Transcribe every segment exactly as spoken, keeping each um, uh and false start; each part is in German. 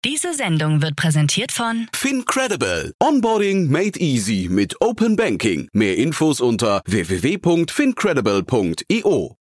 Diese Sendung wird präsentiert von FinCredible. Onboarding made easy mit Open Banking. Mehr Infos unter w w w punkt fincredible punkt i o.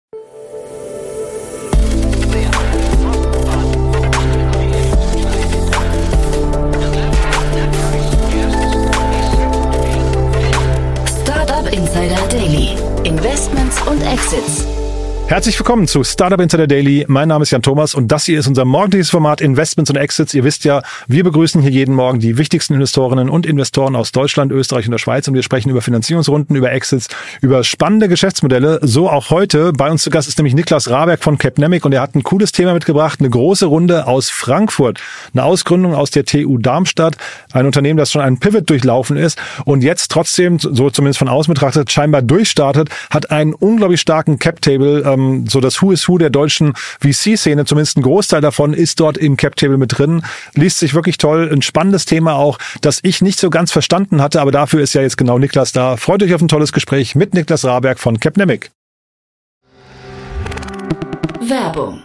Startup Insider Daily. Investments und Exits. Herzlich willkommen zu Startup Insider Daily. Mein Name ist Jan Thomas und das hier ist unser morgendliches Format Investments und Exits. Ihr wisst ja, wir begrüßen hier jeden Morgen die wichtigsten Investorinnen und Investoren aus Deutschland, Österreich und der Schweiz und wir sprechen über Finanzierungsrunden, über Exits, über spannende Geschäftsmodelle. So auch heute. Bei uns zu Gast ist nämlich Niklas Raberg von Capnamic und er hat ein cooles Thema mitgebracht, eine große Runde aus Frankfurt, eine Ausgründung aus der T U Darmstadt, ein Unternehmen, das schon einen Pivot durchlaufen ist und jetzt trotzdem, so zumindest von außen betrachtet, scheinbar durchstartet, hat einen unglaublich starken Cap-Table, ähm, so das Who is Who der deutschen V C-Szene, zumindest ein Großteil davon ist dort im Cap-Table mit drin. Liest sich wirklich toll, ein spannendes Thema auch, das ich nicht so ganz verstanden hatte, aber dafür ist ja jetzt genau Niklas da. Freut euch auf ein tolles Gespräch mit Niklas Raberg von Capnamic. Werbung.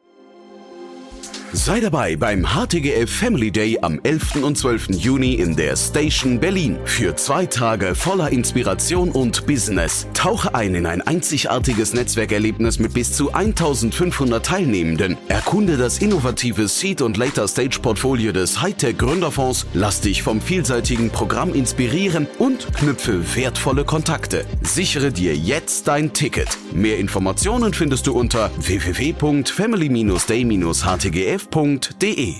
Sei dabei beim H T G F Family Day am elften und zwölften Juni in der Station Berlin. Für zwei Tage voller Inspiration und Business. Tauche ein in ein einzigartiges Netzwerkerlebnis mit bis zu eintausendfünfhundert Teilnehmenden. Erkunde das innovative Seed- und Later-Stage-Portfolio des Hightech-Gründerfonds. Lass dich vom vielseitigen Programm inspirieren und knüpfe wertvolle Kontakte. Sichere dir jetzt dein Ticket. Mehr Informationen findest du unter w w w punkt family day dash h t g f punkt d e.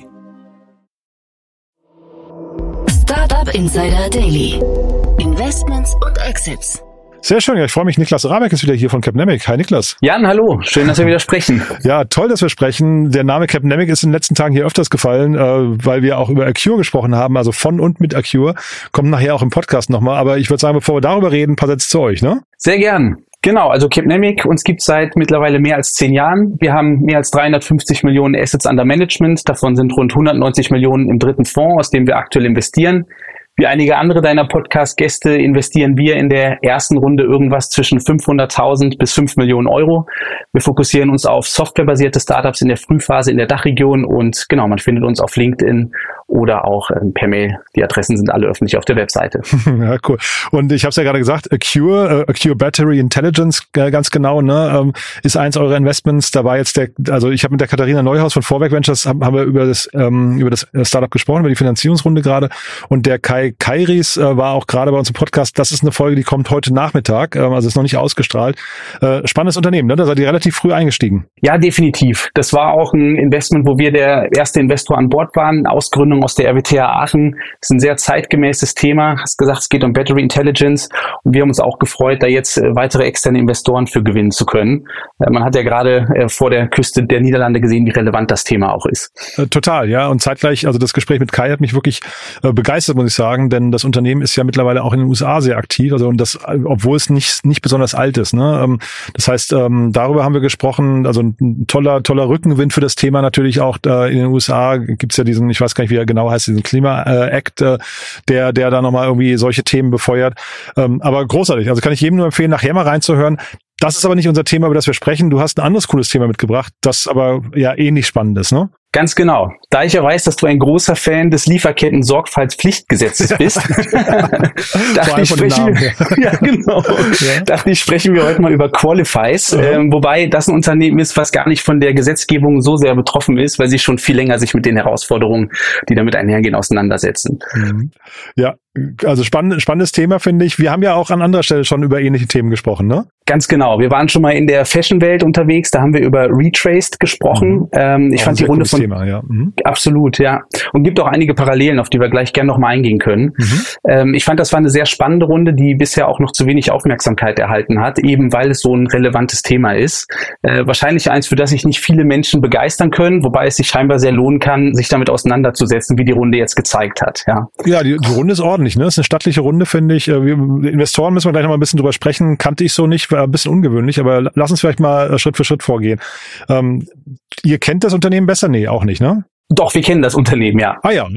Startup Insider Daily. Investments und Exits. Sehr schön, ja, ich freue mich. Niklas Raberg ist wieder hier von Capnamic. Hi Niklas. Jan, hallo. Schön, dass wir wieder sprechen. Ja, toll, dass wir sprechen. Der Name Capnamic ist in den letzten Tagen hier öfters gefallen, äh, weil wir auch über Accure gesprochen haben, also von und mit Accure. Kommt nachher auch im Podcast nochmal. Aber ich würde sagen, bevor wir darüber reden, ein paar Sätze zu euch, ne? Sehr gern. Genau, also Capnamic, uns gibt's seit mittlerweile mehr als zehn Jahren. Wir haben mehr als dreihundertfünfzig Millionen Assets under Management. Davon sind rund hundertneunzig Millionen im dritten Fonds, aus dem wir aktuell investieren. Wie einige andere deiner Podcast-Gäste investieren wir in der ersten Runde irgendwas zwischen fünfhunderttausend bis fünf Millionen Euro. Wir fokussieren uns auf softwarebasierte Startups in der Frühphase in der Dachregion und genau, man findet uns auf LinkedIn oder auch ähm, per Mail. Die Adressen sind alle öffentlich auf der Webseite. Ja, cool. Und ich habe es ja gerade gesagt, Accure, äh, Accure Battery Intelligence, äh, ganz genau, ne, ähm, ist eins eurer Investments. Da war jetzt der, also ich habe mit der Katharina Neuhaus von Vorwerk Ventures, haben, haben wir über das ähm, über das Startup gesprochen, über die Finanzierungsrunde gerade. Und der Kai Kairis äh, war auch gerade bei uns im Podcast. Das ist eine Folge, die kommt heute Nachmittag, ähm, also ist noch nicht ausgestrahlt. Äh, spannendes Unternehmen, ne? Da seid ihr relativ früh eingestiegen. Ja, definitiv. Das war auch ein Investment, wo wir der erste Investor an Bord waren. Ausgründung aus der R W T H Aachen. Das ist ein sehr zeitgemäßes Thema. Hast gesagt, es geht um Battery Intelligence. Und wir haben uns auch gefreut, da jetzt äh, weitere externe Investoren für gewinnen zu können. Äh, man hat ja gerade äh, vor der Küste der Niederlande gesehen, wie relevant das Thema auch ist. Äh, total, ja. Und zeitgleich, also das Gespräch mit Kai hat mich wirklich äh, begeistert, muss ich sagen. Denn das Unternehmen ist ja mittlerweile auch in den U S A sehr aktiv, also und das, obwohl es nicht nicht besonders alt ist. Ne? Das heißt, ähm, darüber haben wir gesprochen. Also ein toller toller Rückenwind für das Thema natürlich auch. Äh, in den U S A gibt's ja diesen, ich weiß gar nicht, wie er genau heißt, diesen Klima-Act, äh, der der da nochmal irgendwie solche Themen befeuert. Ähm, aber großartig. Also kann ich jedem nur empfehlen, nachher mal reinzuhören. Das ist aber nicht unser Thema, über das wir sprechen. Du hast ein anderes cooles Thema mitgebracht, das aber ja ähnlich spannend ist, ne? Ganz genau. Da ich ja weiß, dass du ein großer Fan des Lieferketten-Sorgfaltspflichtgesetzes bist, dachte ich, sprechen wir, ja, genau. Ja. dachte ich, sprechen wir heute mal über Qualifies, mhm. ähm, wobei das ein Unternehmen ist, was gar nicht von der Gesetzgebung so sehr betroffen ist, weil sie schon viel länger sich mit den Herausforderungen, die damit einhergehen, auseinandersetzen. Mhm. Ja, also spannend, spannendes Thema, finde ich. Wir haben ja auch an anderer Stelle schon über ähnliche Themen gesprochen, ne? Ganz genau. Wir waren schon mal in der Fashion-Welt unterwegs, da haben wir über Retraced gesprochen. Mhm. Ähm, ich auch fand die Runde von Thema, ja. Mhm. Absolut, ja. Und gibt auch einige Parallelen, auf die wir gleich gerne nochmal eingehen können. Mhm. Ähm, ich fand, das war eine sehr spannende Runde, die bisher auch noch zu wenig Aufmerksamkeit erhalten hat, eben weil es so ein relevantes Thema ist. Äh, wahrscheinlich eins, für das sich nicht viele Menschen begeistern können, wobei es sich scheinbar sehr lohnen kann, sich damit auseinanderzusetzen, wie die Runde jetzt gezeigt hat. Ja, ja die, die Runde ist ordentlich, ne? Das ist eine stattliche Runde, finde ich. Wir, Investoren müssen wir gleich noch mal ein bisschen drüber sprechen. Kannte ich so nicht, war ein bisschen ungewöhnlich, aber lass uns vielleicht mal Schritt für Schritt vorgehen. Ähm, ihr kennt das Unternehmen besser? Nee, auch nicht, ne? Doch, wir kennen das Unternehmen, ja. Ah ja, okay.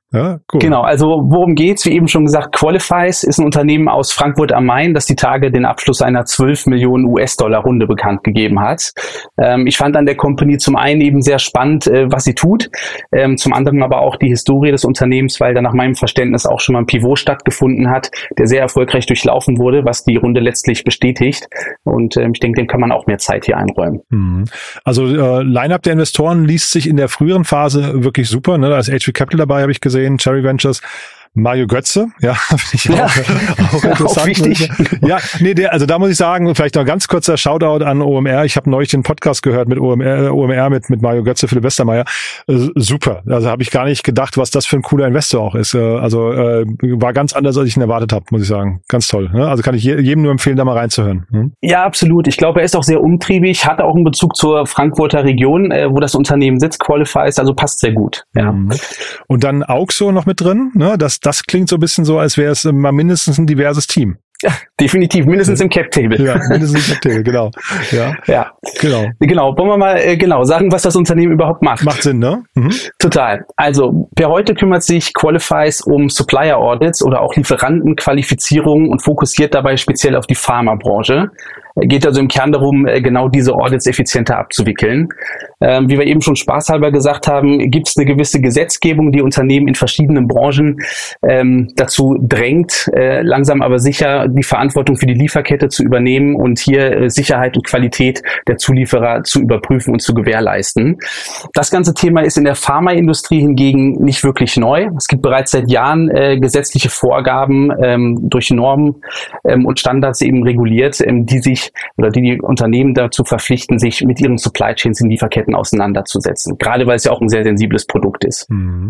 Ja, cool. Genau, also worum geht's? Wie eben schon gesagt, Qualifies ist ein Unternehmen aus Frankfurt am Main, das die Tage den Abschluss einer zwölf Millionen US-Dollar Runde bekannt gegeben hat. Ähm, ich fand an der Company zum einen eben sehr spannend, äh, was sie tut, ähm, zum anderen aber auch die Historie des Unternehmens, weil da nach meinem Verständnis auch schon mal ein Pivot stattgefunden hat, der sehr erfolgreich durchlaufen wurde, was die Runde letztlich bestätigt. Und ähm, ich denke, dem kann man auch mehr Zeit hier einräumen. Mhm. Also äh, Line-Up der Investoren liest sich in der früheren Phase wirklich super. Ne? Da ist H V Capital dabei, habe ich gesehen. Cherry Ventures, Mario Götze, ja, finde ich ja, auch, auch interessant. Auch wichtig. Ja, nee, der, also da muss ich sagen, vielleicht noch ein ganz kurzer Shoutout an O M R. Ich habe neulich den Podcast gehört mit O M R, O M R mit mit Mario Götze, Philipp Westermeier. Äh, super. Also habe ich gar nicht gedacht, was das für ein cooler Investor auch ist. Äh, also äh, war ganz anders, als ich ihn erwartet habe, muss ich sagen. Ganz toll. Ne? Also kann ich je, jedem nur empfehlen, da mal reinzuhören. Hm? Ja, absolut. Ich glaube, er ist auch sehr umtriebig, hat auch einen Bezug zur Frankfurter Region, äh, wo das Unternehmen sitzt, Qualifies, also passt sehr gut. Ja. Mhm. Und dann Auxo noch mit drin, ne? Das das klingt so ein bisschen so, als wäre es mal mindestens ein diverses Team. Ja, definitiv, mindestens im Cap-Table. Ja, mindestens im Cap-Table, genau. Ja, ja, genau. Genau, wollen wir mal äh, genau sagen, was das Unternehmen überhaupt macht. Macht Sinn, ne? Mhm. Total. Also per heute kümmert sich Qualifies um Supplier Audits oder auch Lieferantenqualifizierung und fokussiert dabei speziell auf die Pharmabranche. Geht also im Kern darum, genau diese Audits effizienter abzuwickeln. Ähm, wie wir eben schon spaßhalber gesagt haben, gibt es eine gewisse Gesetzgebung, die Unternehmen in verschiedenen Branchen ähm, dazu drängt, äh, langsam aber sicher die Verantwortung für die Lieferkette zu übernehmen und hier äh, Sicherheit und Qualität der Zulieferer zu überprüfen und zu gewährleisten. Das ganze Thema ist in der Pharmaindustrie hingegen nicht wirklich neu. Es gibt bereits seit Jahren äh, gesetzliche Vorgaben ähm, durch Normen ähm, und Standards eben reguliert, ähm, die sich oder die die Unternehmen dazu verpflichten, sich mit ihren Supply Chains in Lieferketten auseinanderzusetzen. Gerade weil es ja auch ein sehr sensibles Produkt ist. Mhm.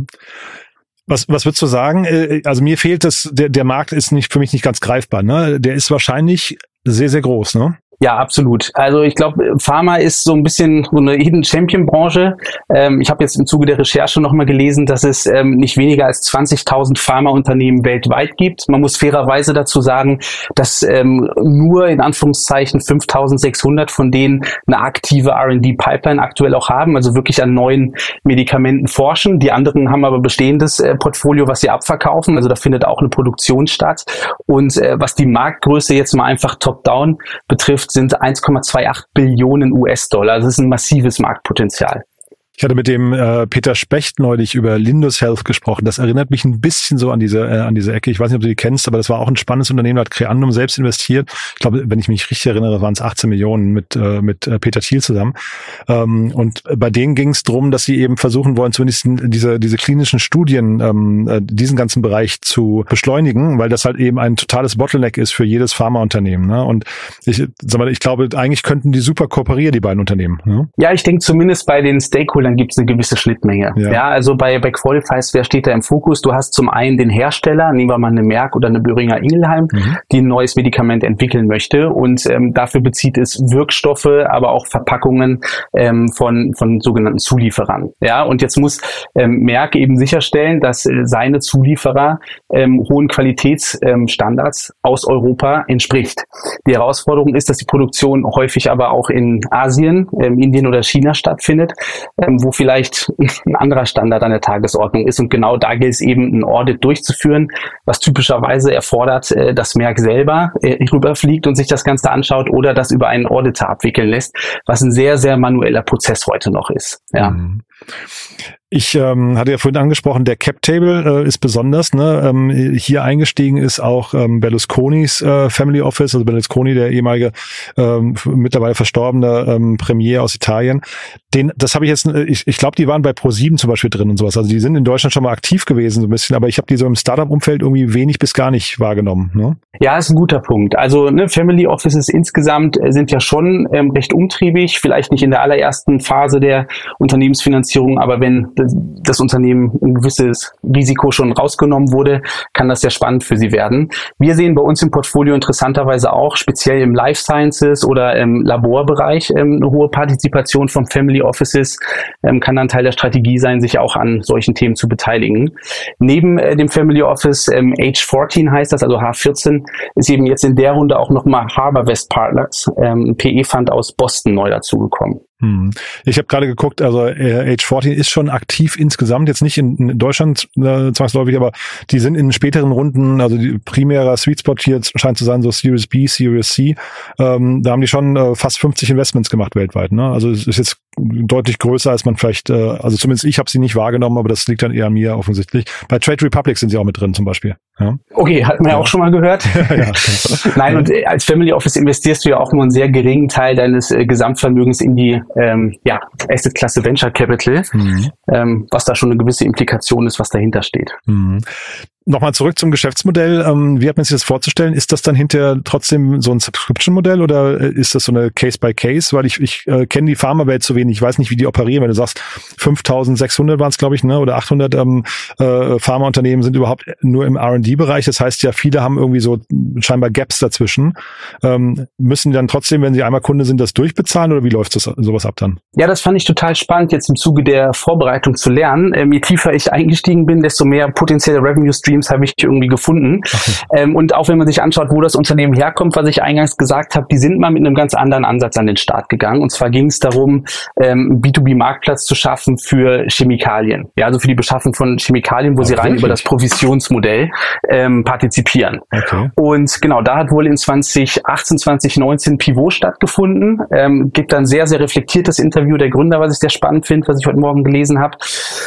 Was, was würdest du sagen? Also mir fehlt das, der, der Markt ist nicht, für mich nicht ganz greifbar, ne? Der ist wahrscheinlich sehr, sehr groß, ne? Ja, absolut. Also ich glaube, Pharma ist so ein bisschen so eine Hidden Champion Branche. Ähm, ich habe jetzt im Zuge der Recherche nochmal gelesen, dass es ähm, nicht weniger als zwanzigtausend Pharmaunternehmen weltweit gibt. Man muss fairerweise dazu sagen, dass ähm, nur in Anführungszeichen fünftausendsechshundert von denen eine aktive R and D-Pipeline aktuell auch haben, also wirklich an neuen Medikamenten forschen. Die anderen haben aber bestehendes äh, Portfolio, was sie abverkaufen. Also da findet auch eine Produktion statt. Und äh, was die Marktgröße jetzt mal einfach top-down betrifft, sind eins Komma achtundzwanzig Billionen U S-Dollar. Das ist ein massives Marktpotenzial. Ich hatte mit dem äh, Peter Specht neulich über Lindus Health gesprochen. Das erinnert mich ein bisschen so an diese äh, an diese Ecke. Ich weiß nicht, ob du die kennst, aber das war auch ein spannendes Unternehmen. Da hat Creandum selbst investiert. Ich glaube, wenn ich mich richtig erinnere, waren es achtzehn Millionen mit äh, mit äh, Peter Thiel zusammen. Ähm, und bei denen ging es darum, dass sie eben versuchen wollen, zumindest diese diese klinischen Studien, ähm, äh, diesen ganzen Bereich zu beschleunigen, weil das halt eben ein totales Bottleneck ist für jedes Pharmaunternehmen. Ne? Und ich sag mal, ich glaube, eigentlich könnten die super kooperieren, die beiden Unternehmen. Ne? Ja, ich denke zumindest bei den Stakeholdern gibt es eine gewisse Schnittmenge. Ja, ja also bei, bei Qualifies, wer steht da im Fokus? Du hast zum einen den Hersteller, nehmen wir mal eine Merck oder eine Boehringer Ingelheim, mhm. die ein neues Medikament entwickeln möchte und ähm, dafür bezieht es Wirkstoffe, aber auch Verpackungen ähm, von von sogenannten Zulieferern. Ja, und jetzt muss ähm, Merck eben sicherstellen, dass äh, seine Zulieferer ähm, hohen Qualitätsstandards ähm, aus Europa entspricht. Die Herausforderung ist, dass die Produktion häufig aber auch in Asien, ähm, Indien oder China stattfindet, ähm, wo vielleicht ein anderer Standard an der Tagesordnung ist. Und genau da gilt es eben, ein Audit durchzuführen, was typischerweise erfordert, äh, dass Merck selber äh, rüberfliegt und sich das Ganze anschaut oder das über einen Auditor abwickeln lässt, was ein sehr, sehr manueller Prozess heute noch ist. Ja. Mhm. Ich ähm, hatte ja vorhin angesprochen, der Cap-Table äh, ist besonders. Ne? Ähm, hier eingestiegen ist auch ähm, Berlusconis äh, Family Office, also Berlusconi, der ehemalige ähm, mittlerweile verstorbene ähm, Premier aus Italien. Den, das habe ich jetzt, ich, ich glaube, die waren bei ProSieben zum Beispiel drin und sowas. Also die sind in Deutschland schon mal aktiv gewesen so ein bisschen, aber ich habe die so im Startup-Umfeld irgendwie wenig bis gar nicht wahrgenommen. Ne? Ja, ist ein guter Punkt. Also ne, Family Offices insgesamt sind ja schon ähm, recht umtriebig, vielleicht nicht in der allerersten Phase der Unternehmensfinanzierung, aber wenn das Unternehmen ein gewisses Risiko schon rausgenommen wurde, kann das sehr spannend für sie werden. Wir sehen bei uns im Portfolio interessanterweise auch, speziell im Life Sciences oder im Laborbereich, ähm, eine hohe Partizipation von Family Offices, ähm, kann dann Teil der Strategie sein, sich auch an solchen Themen zu beteiligen. Neben äh, dem Family Office, ähm, H vierzehn heißt das, also H vierzehn, ist eben jetzt in der Runde auch nochmal Harbor West Partners, ähm, ein P E-Fund aus Boston, neu dazugekommen. Hm. Ich habe gerade geguckt, also äh, H vierzehn ist schon aktiv insgesamt, jetzt nicht in, in Deutschland äh, zwangsläufig, aber die sind in späteren Runden, also die primärer Sweet Spot hier scheint zu sein, so Series B, Series C, ähm, da haben die schon äh, fast fünfzig Investments gemacht weltweit. Ne? Also es ist jetzt deutlich größer, als man vielleicht, äh, also zumindest ich habe sie nicht wahrgenommen, aber das liegt dann eher an mir offensichtlich. Bei Trade Republic sind sie auch mit drin zum Beispiel. Ja. Okay, hatten wir ja auch schon mal gehört. ja, Nein, und als Family Office investierst du ja auch nur einen sehr geringen Teil deines äh, Gesamtvermögens in die ähm, ja, Asset-Klasse Venture Capital, mhm. ähm, was da schon eine gewisse Implikation ist, was dahinter steht. Mhm. Nochmal zurück zum Geschäftsmodell. Ähm, wie hat man sich das vorzustellen? Ist das dann hinterher trotzdem so ein Subscription-Modell oder ist das so eine Case-by-Case? Weil ich, ich äh, kenne die Pharmawelt so wenig. Ich weiß nicht, wie die operieren. Wenn du sagst, fünftausendsechshundert waren es, glaube ich, ne, oder achthundert ähm, äh, Pharmaunternehmen sind überhaupt nur im R und D-Bereich. Das heißt ja, viele haben irgendwie so scheinbar Gaps dazwischen. Ähm, müssen die dann trotzdem, wenn sie einmal Kunde sind, das durchbezahlen oder wie läuft das sowas ab dann? Ja, das fand ich total spannend, jetzt im Zuge der Vorbereitung zu lernen. Ähm, je tiefer ich eingestiegen bin, desto mehr potenzielle Revenue-Streams habe ich irgendwie gefunden. Okay. Ähm, und auch wenn man sich anschaut, wo das Unternehmen herkommt, was ich eingangs gesagt habe, die sind mal mit einem ganz anderen Ansatz an den Start gegangen. Und zwar ging es darum, ähm, einen B zwei B-Marktplatz zu schaffen für Chemikalien. Ja, also für die Beschaffung von Chemikalien, wo Aber sie rein wirklich? über das Provisionsmodell ähm, partizipieren. Okay. Und genau, da hat wohl in zwanzig achtzehn, zwanzig neunzehn Pivot stattgefunden. Ähm, gibt dann sehr, sehr reflektiertes Interview der Gründer, was ich sehr spannend finde, was ich heute Morgen gelesen habe.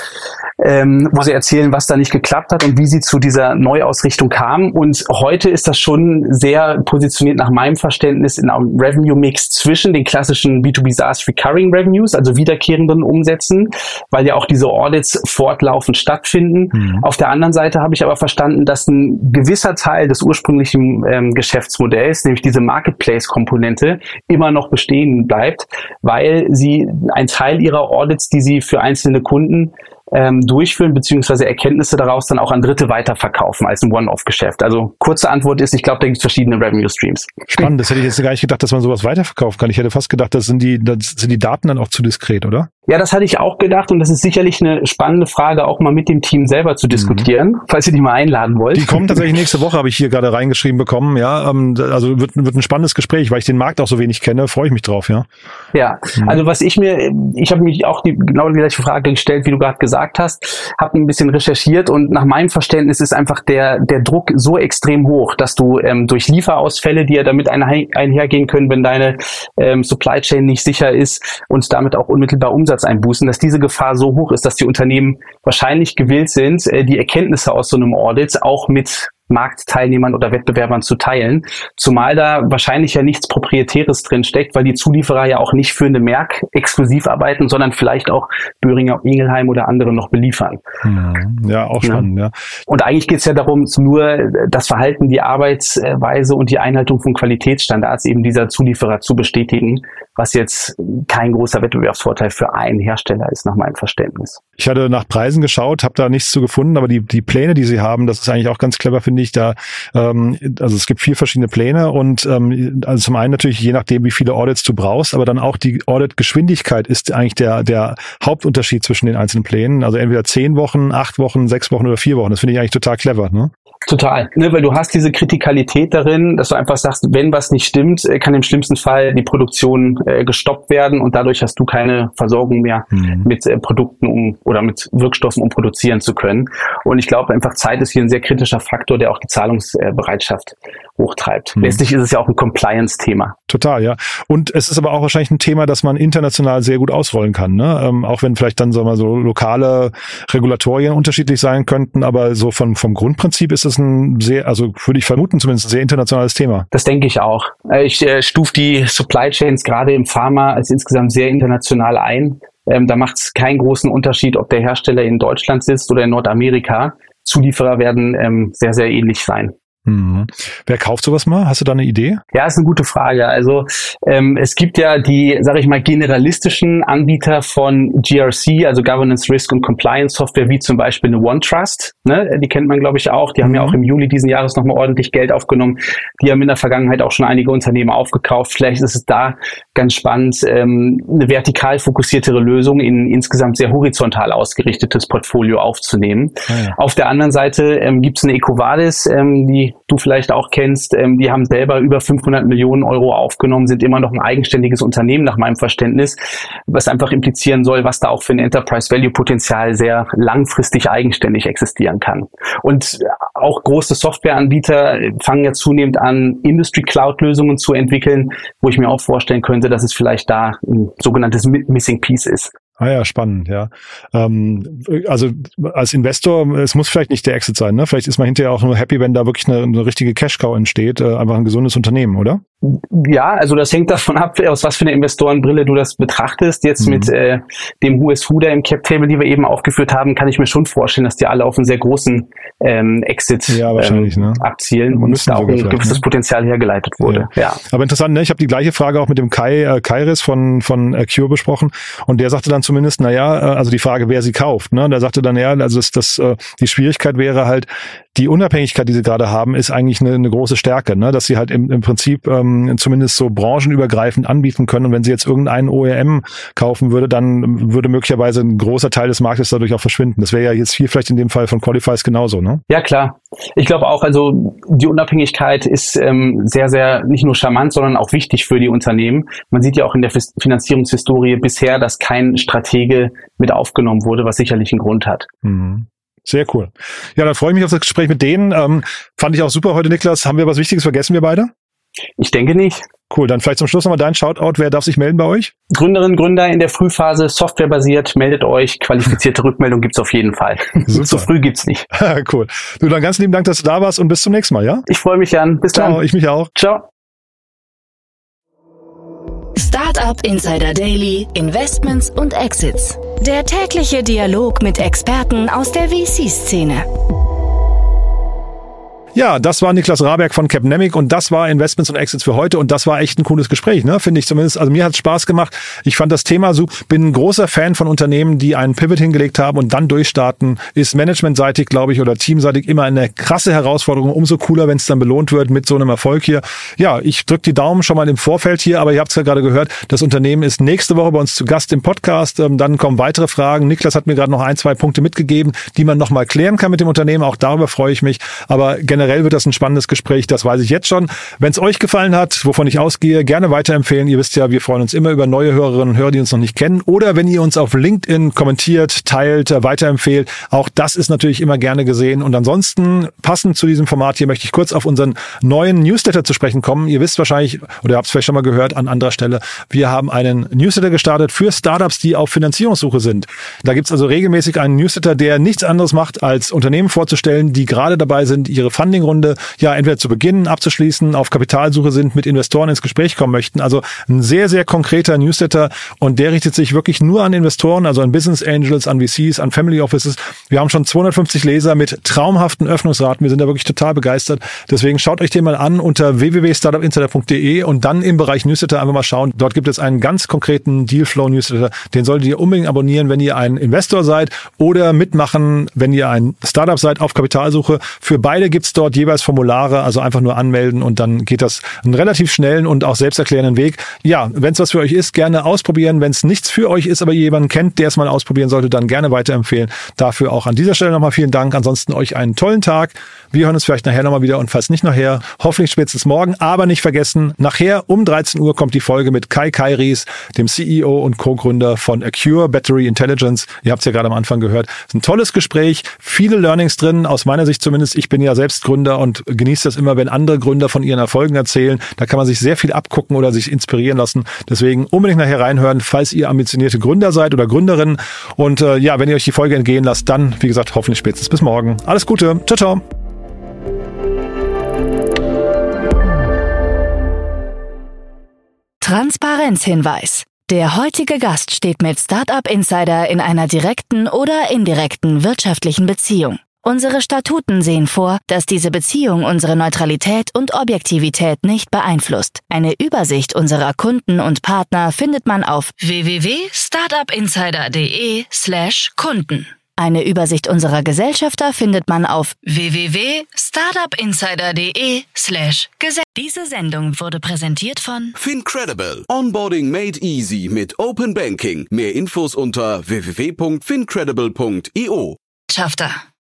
Ähm, wo sie erzählen, was da nicht geklappt hat und wie sie zu dieser Neuausrichtung kamen. Und heute ist das schon sehr positioniert nach meinem Verständnis in einem Revenue-Mix zwischen den klassischen B zwei B SaaS Recurring Revenues, also wiederkehrenden Umsätzen, weil ja auch diese Audits fortlaufend stattfinden. Mhm. Auf der anderen Seite habe ich aber verstanden, dass ein gewisser Teil des ursprünglichen ähm, Geschäftsmodells, nämlich diese Marketplace-Komponente, immer noch bestehen bleibt, weil sie einen Teil ihrer Audits, die sie für einzelne Kunden Ähm, durchführen, beziehungsweise Erkenntnisse daraus dann auch an Dritte weiterverkaufen als ein One-Off-Geschäft. Also kurze Antwort ist, ich glaube, da gibt es verschiedene Revenue-Streams. Spannend, das hätte ich jetzt gar nicht gedacht, dass man sowas weiterverkaufen kann. Ich hätte fast gedacht, das sind die, das sind die Daten dann auch zu diskret, oder? Ja, das hatte ich auch gedacht und das ist sicherlich eine spannende Frage, auch mal mit dem Team selber zu diskutieren, mhm. falls ihr die mal einladen wollt. Die kommen tatsächlich nächste Woche, habe ich hier gerade reingeschrieben bekommen, ja. Ähm, also wird, wird ein spannendes Gespräch, weil ich den Markt auch so wenig kenne, freue ich mich drauf, ja. Ja, mhm. also was ich mir, ich habe mich auch die, genau die gleiche Frage gestellt, wie du gerade gesagt hast, habe ein bisschen recherchiert und nach meinem Verständnis ist einfach der der Druck so extrem hoch, dass du ähm, durch Lieferausfälle, die ja damit ein, einhergehen können, wenn deine ähm, Supply Chain nicht sicher ist und damit auch unmittelbar Umsatz einbußen, dass diese Gefahr so hoch ist, dass die Unternehmen wahrscheinlich gewillt sind, äh, die Erkenntnisse aus so einem Audit auch mit Marktteilnehmern oder Wettbewerbern zu teilen, zumal da wahrscheinlich ja nichts Proprietäres drin steckt, weil die Zulieferer ja auch nicht für eine Merck exklusiv arbeiten, sondern vielleicht auch Böhringer Ingelheim oder andere noch beliefern. Ja, auch spannend, ja. ja. Und eigentlich geht es ja darum, nur das Verhalten, die Arbeitsweise und die Einhaltung von Qualitätsstandards eben dieser Zulieferer zu bestätigen, was jetzt kein großer Wettbewerbsvorteil für einen Hersteller ist, nach meinem Verständnis. Ich hatte nach Preisen geschaut, habe da nichts zu gefunden, aber die die Pläne, die sie haben, das ist eigentlich auch ganz clever, finde ich. Da, ähm, also es gibt vier verschiedene Pläne und ähm, also zum einen natürlich je nachdem, wie viele Audits du brauchst, aber dann auch die Audit-Geschwindigkeit ist eigentlich der der Hauptunterschied zwischen den einzelnen Plänen. Also entweder zehn Wochen, acht Wochen, sechs Wochen oder vier Wochen. Das finde ich eigentlich total clever, ne? Total, ne, weil du hast diese Kritikalität darin, dass du einfach sagst, wenn was nicht stimmt, kann im schlimmsten Fall die Produktion äh, gestoppt werden und dadurch hast du keine Versorgung mehr mhm. mit äh, Produkten um oder mit Wirkstoffen, um produzieren zu können. Und ich glaube einfach, Zeit ist hier ein sehr kritischer Faktor, der auch die Zahlungsbereitschaft hochtreibt. Mhm. Letztlich ist es ja auch ein Compliance-Thema. Total, ja. Und es ist aber auch wahrscheinlich ein Thema, das man international sehr gut ausrollen kann, ne? Ähm, auch wenn vielleicht dann sagen wir so lokale Regulatorien unterschiedlich sein könnten, aber so von vom Grundprinzip ist es ein sehr, also würde ich vermuten, zumindest ein sehr internationales Thema. Das denke ich auch. Ich äh, stufe die Supply Chains gerade im Pharma als insgesamt sehr international ein. Ähm, da macht es keinen großen Unterschied, ob der Hersteller in Deutschland sitzt oder in Nordamerika. Zulieferer werden ähm, sehr, sehr ähnlich sein. Mhm. Wer kauft sowas mal? Hast du da eine Idee? Ja, ist eine gute Frage. Also ähm, es gibt ja die, sage ich mal, generalistischen Anbieter von G R C, also Governance, Risk und Compliance Software, wie zum Beispiel eine OneTrust. Ne? Die kennt man, glaube ich, auch. Die mhm. haben ja auch im Juli diesen Jahres nochmal ordentlich Geld aufgenommen. Die haben in der Vergangenheit auch schon einige Unternehmen aufgekauft. Vielleicht ist es da ganz spannend, ähm, eine vertikal fokussiertere Lösung in insgesamt sehr horizontal ausgerichtetes Portfolio aufzunehmen. Ah, ja. Auf der anderen Seite ähm, gibt es eine EcoVadis, ähm, die die du vielleicht auch kennst, ähm, die haben selber über fünfhundert Millionen Euro aufgenommen, sind immer noch ein eigenständiges Unternehmen nach meinem Verständnis, was einfach implizieren soll, was da auch für ein Enterprise-Value-Potenzial sehr langfristig eigenständig existieren kann. Und auch große Softwareanbieter fangen ja zunehmend an, Industry-Cloud-Lösungen zu entwickeln, wo ich mir auch vorstellen könnte, dass es vielleicht da ein sogenanntes Missing Piece ist. Ah ja, spannend, ja. Ähm, also als Investor, es muss vielleicht nicht der Exit sein, ne? Vielleicht ist man hinterher auch nur happy, wenn da wirklich eine, eine richtige Cash-Cow entsteht, äh, einfach ein gesundes Unternehmen, oder? Ja, also das hängt davon ab, aus was für eine Investorenbrille du das betrachtest. Jetzt mhm. mit äh, dem Who is Who der im Cap-Table, die wir eben aufgeführt haben, kann ich mir schon vorstellen, dass die alle auf einen sehr großen ähm, Exit ja, wahrscheinlich, ähm, ne? abzielen und da auch ein gewisses ne? Potenzial hergeleitet wurde. Ja. ja. Aber interessant, ne? Ich habe die gleiche Frage auch mit dem Kai äh, Kairis von von Accure besprochen und der sagte dann zumindest, naja, also die Frage, wer sie kauft, ne? Der sagte dann, ja, also das, das äh, die Schwierigkeit wäre halt, die Unabhängigkeit, die sie gerade haben, ist eigentlich eine, eine große Stärke, ne? Dass sie halt im, im Prinzip ähm, zumindest so branchenübergreifend anbieten können. Und wenn sie jetzt irgendeinen O E M kaufen würde, dann würde möglicherweise ein großer Teil des Marktes dadurch auch verschwinden. Das wäre ja jetzt hier vielleicht in dem Fall von Qualifies genauso, ne? Ja, klar. Ich glaube auch, also die Unabhängigkeit ist ähm, sehr, sehr nicht nur charmant, sondern auch wichtig für die Unternehmen. Man sieht ja auch in der Finanzierungshistorie bisher, dass kein Stratege mit aufgenommen wurde, was sicherlich einen Grund hat. Mhm. Sehr cool. Ja, dann freue ich mich auf das Gespräch mit denen. Ähm, fand ich auch super heute, Niklas. Haben wir was Wichtiges vergessen, wir beide? Ich denke nicht. Cool, dann vielleicht zum Schluss nochmal dein Shoutout. Wer darf sich melden bei euch? Gründerinnen, Gründer in der Frühphase, softwarebasiert, meldet euch. Qualifizierte Rückmeldung gibt's auf jeden Fall. Zu früh gibt's nicht. Cool. Du, dann ganz lieben Dank, dass du da warst und bis zum nächsten Mal, ja? Ich freue mich, Jan. Bis dann. Ciao, ich mich auch. Ciao. Startup Insider Daily, Investments und Exits. Der tägliche Dialog mit Experten aus der V C-Szene. Ja, das war Niklas Raberg von Capnemic und das war Investments und Exits für heute und das war echt ein cooles Gespräch, ne? Finde ich zumindest. Also mir hat es Spaß gemacht. Ich fand das Thema super. Bin ein großer Fan von Unternehmen, die einen Pivot hingelegt haben und dann durchstarten. Ist managementseitig, glaube ich, oder teamseitig immer eine krasse Herausforderung. Umso cooler, wenn es dann belohnt wird mit so einem Erfolg hier. Ja, ich drücke die Daumen schon mal im Vorfeld hier, aber ihr habt es ja gerade gehört, das Unternehmen ist nächste Woche bei uns zu Gast im Podcast. Dann kommen weitere Fragen. Niklas hat mir gerade noch ein, zwei Punkte mitgegeben, die man noch mal klären kann mit dem Unternehmen. Auch darüber freue ich mich. Aber generell Generell wird das ein spannendes Gespräch, das weiß ich jetzt schon. Wenn es euch gefallen hat, wovon ich ausgehe, gerne weiterempfehlen. Ihr wisst ja, wir freuen uns immer über neue Hörerinnen und Hörer, die uns noch nicht kennen. Oder wenn ihr uns auf LinkedIn kommentiert, teilt, weiterempfehlt. Auch das ist natürlich immer gerne gesehen. Und ansonsten, passend zu diesem Format hier, möchte ich kurz auf unseren neuen Newsletter zu sprechen kommen. Ihr wisst wahrscheinlich, oder ihr habt es vielleicht schon mal gehört an anderer Stelle, wir haben einen Newsletter gestartet für Startups, die auf Finanzierungssuche sind. Da gibt's also regelmäßig einen Newsletter, der nichts anderes macht, als Unternehmen vorzustellen, die gerade dabei sind, ihre Funding Runde ja entweder zu beginnen, abzuschließen, auf Kapitalsuche sind, mit Investoren ins Gespräch kommen möchten. Also ein sehr, sehr konkreter Newsletter und der richtet sich wirklich nur an Investoren, also an Business Angels, an V Cs, an Family Offices. Wir haben schon zweihundertfünfzig Leser mit traumhaften Öffnungsraten. Wir sind da wirklich total begeistert. Deswegen schaut euch den mal an unter w w w punkt startup insider punkt d e und dann im Bereich Newsletter einfach mal schauen. Dort gibt es einen ganz konkreten Dealflow-Newsletter. Den solltet ihr unbedingt abonnieren, wenn ihr ein Investor seid oder mitmachen, wenn ihr ein Startup seid auf Kapitalsuche. Für beide gibt's dort jeweils Formulare, also einfach nur anmelden und dann geht das einen relativ schnellen und auch selbsterklärenden Weg. Ja, wenn es was für euch ist, gerne ausprobieren. Wenn es nichts für euch ist, aber ihr jemanden kennt, der es mal ausprobieren sollte, dann gerne weiterempfehlen. Dafür auch an dieser Stelle nochmal vielen Dank. Ansonsten euch einen tollen Tag. Wir hören uns vielleicht nachher nochmal wieder und falls nicht nachher, hoffentlich spätestens morgen. Aber nicht vergessen, nachher um dreizehn Uhr kommt die Folge mit Kai Kairis, dem C E O und Co-Gründer von Accure Battery Intelligence. Ihr habt es ja gerade am Anfang gehört. Es ist ein tolles Gespräch, viele Learnings drin, aus meiner Sicht zumindest. Ich bin ja selbst Gründer und genieße das immer, wenn andere Gründer von ihren Erfolgen erzählen. Da kann man sich sehr viel abgucken oder sich inspirieren lassen. Deswegen unbedingt nachher reinhören, falls ihr ambitionierte Gründer seid oder Gründerinnen. Und äh, ja, wenn ihr euch die Folge entgehen lasst, dann, wie gesagt, hoffentlich spätestens bis morgen. Alles Gute. Ciao, ciao. Transparenzhinweis. Der heutige Gast steht mit Startup Insider in einer direkten oder indirekten wirtschaftlichen Beziehung. Unsere Statuten sehen vor, dass diese Beziehung unsere Neutralität und Objektivität nicht beeinflusst. Eine Übersicht unserer Kunden und Partner findet man auf w w w punkt startup insider punkt d e slash Kunden. Eine Übersicht unserer Gesellschafter findet man auf w w w punkt startup insider punkt d e slash Gesellschafter. Diese Sendung wurde präsentiert von FinCredible. Onboarding made easy mit Open Banking. Mehr Infos unter w w w punkt fincredible punkt i o.